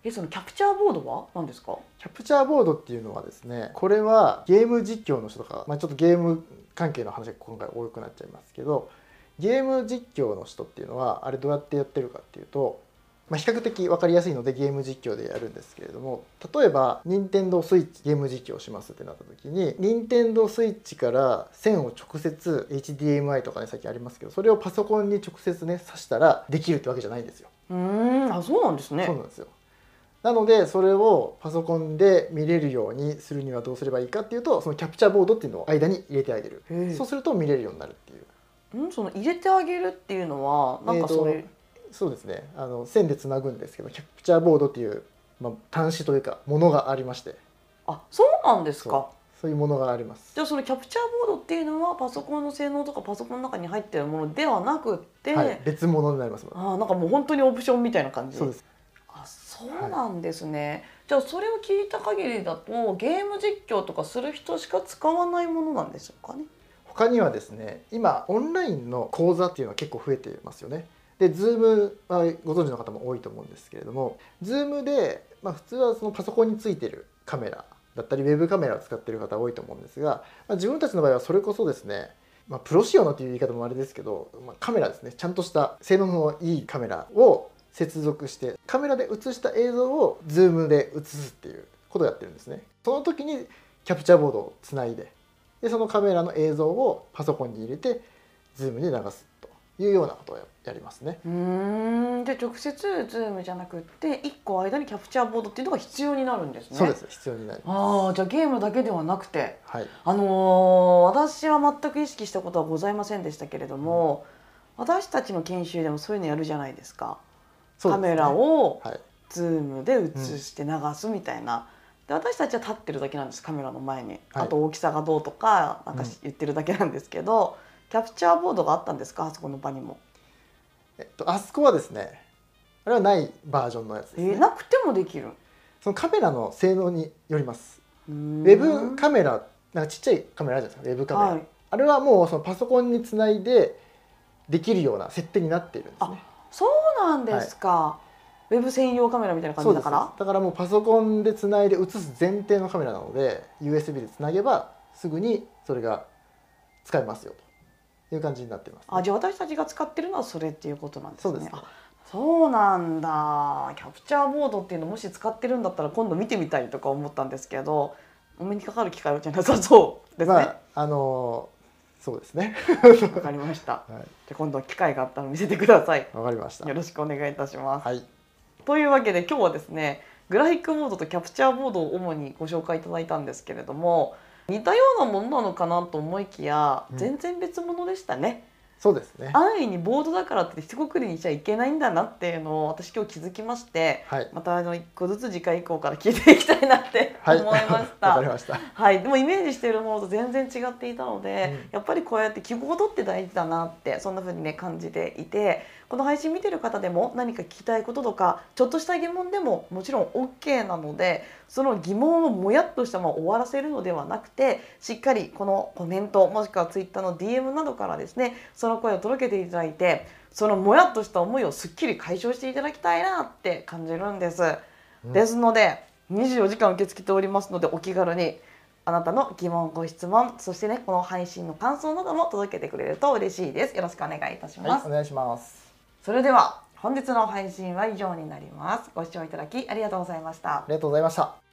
そのキャプチャーボードは何ですか？ キャプチャーボードっていうのはですね、これはゲーム実況の人とか、ちょっとゲーム関係の話が今回多くなっちゃいますけど、ゲーム実況の人っていうのはあれどうやってやってるかっていうと、比較的分かりやすいのでゲーム実況でやるんですけれども、例えば任天堂スイッチゲーム実況しますってなった時に、任天堂スイッチから線を直接 HDMI とかね、さっきありますけど、それをパソコンに直接ね挿したらできるってわけじゃないんですよ。 あ、そうなんですね。 そうなんですよ。なのでそれをパソコンで見れるようにするにはどうすればいいかっていうと、そのキャプチャーボードっていうのを間に入れてあげる。そうすると見れるようになるっていう。 その入れてあげるっていうのはなんかそういう、 そうですね、線でつなぐんですけど、キャプチャーボードっていう、端子というかものがありまして。 あ、そうなんですか。 そういうものがあります。 じゃあそのキャプチャーボードっていうのはパソコンの性能とかパソコンの中に入ってるものではなくて、 はい、別物になります。 なんかもう本当にオプションみたいな感じ。 そうです。 あ、そうなんですね。じゃあそれを聞いた限りだとゲーム実況とかする人しか使わないものなんでしょうかね。 他にはですね、今オンラインの講座っていうのは結構増えていますよね。で、Zoom はご存知の方も多いと思うんですけれども、Zoom で、普通はそのパソコンについてるカメラだったりウェブカメラを使っている方多いと思うんですが、自分たちの場合はそれこそですね、プロ仕様のという言い方もあれですけど、カメラですね、ちゃんとした性能のいいカメラを接続してカメラで映した映像を Zoom で映すっていうことをやってるんですね。その時にキャプチャーボードをつないで、そのカメラの映像をパソコンに入れて Zoom に流すというようなことをやりますね。 で直接 Zoom じゃなくって1個間にキャプチャーボードっていうのが必要になるんですね。 そうです、必要になります。じゃあゲームだけではなくて、 はい、 私は全く意識したことはございませんでしたけれども、私たちの研修でもそういうのやるじゃないですか。カメラを Zoom で映して流すみたいな。で私たちは立ってるだけなんです、カメラの前に。あと大きさがどうとかなんか言ってるだけなんですけど、キャプチャーボードがあったんですか、あそこの場にも。 あそこはですね、あれはないバージョンのやつですね。 なくてもできる。 そのカメラの性能によります。ウェブカメラ、なんかちっちゃいカメラあるじゃないですか、ウェブカメラ。あれはもうそのパソコンにつないでできるような設定になっているんですね。 そうなんですか。ウェブ専用カメラみたいな感じだから。 だからもうパソコンでつないで映す前提のカメラなので USB でつなげばすぐにそれが使えますよという感じになっています、ね。 じゃあ私たちが使ってるのはそれっていうことなんですね。 そうですね。 そうなんだ。キャプチャーボードっていうのもし使ってるんだったら今度見てみたいとか思ったんですけど、お目にかかる機会はじゃなさそうですね。 そうですね。 わかりました。じゃ今度機会があったら見せてください。 わかりました。 よろしくお願いいたします。 はい。 というわけで今日はですね、グラフィックボードとキャプチャーボードを主にご紹介いただいたんですけれども、似たようなものなのかなと思いきや、全然別物でしたね。 そうですね。 安易にボードだからって一括りにしちゃいけないんだなっていうのを私今日気づきまして、また1個ずつ次回以降から聞いていきたいなって思いました。 わかりました。 はい、でもイメージしているものと全然違っていたので、やっぱりこうやって記号って大事だなってそんな風にね感じていて、この配信見てる方でも何か聞きたいこととかちょっとした疑問でももちろん OK なので、その疑問をもやっとしたまま終わらせるのではなくて、しっかりこのコメントもしくは Twitter の DM などからですね、その声を届けていただいて、そのもやっとした思いをすっきり解消していただきたいなって感じるんです。ですので24時間受け付けておりますので、お気軽にあなたの疑問ご質問、そしてねこの配信の感想なども届けてくれると嬉しいです。よろしくお願いいたします。 お願いします。 それでは本日の配信は以上になります。ご視聴いただきありがとうございました。 ありがとうございました。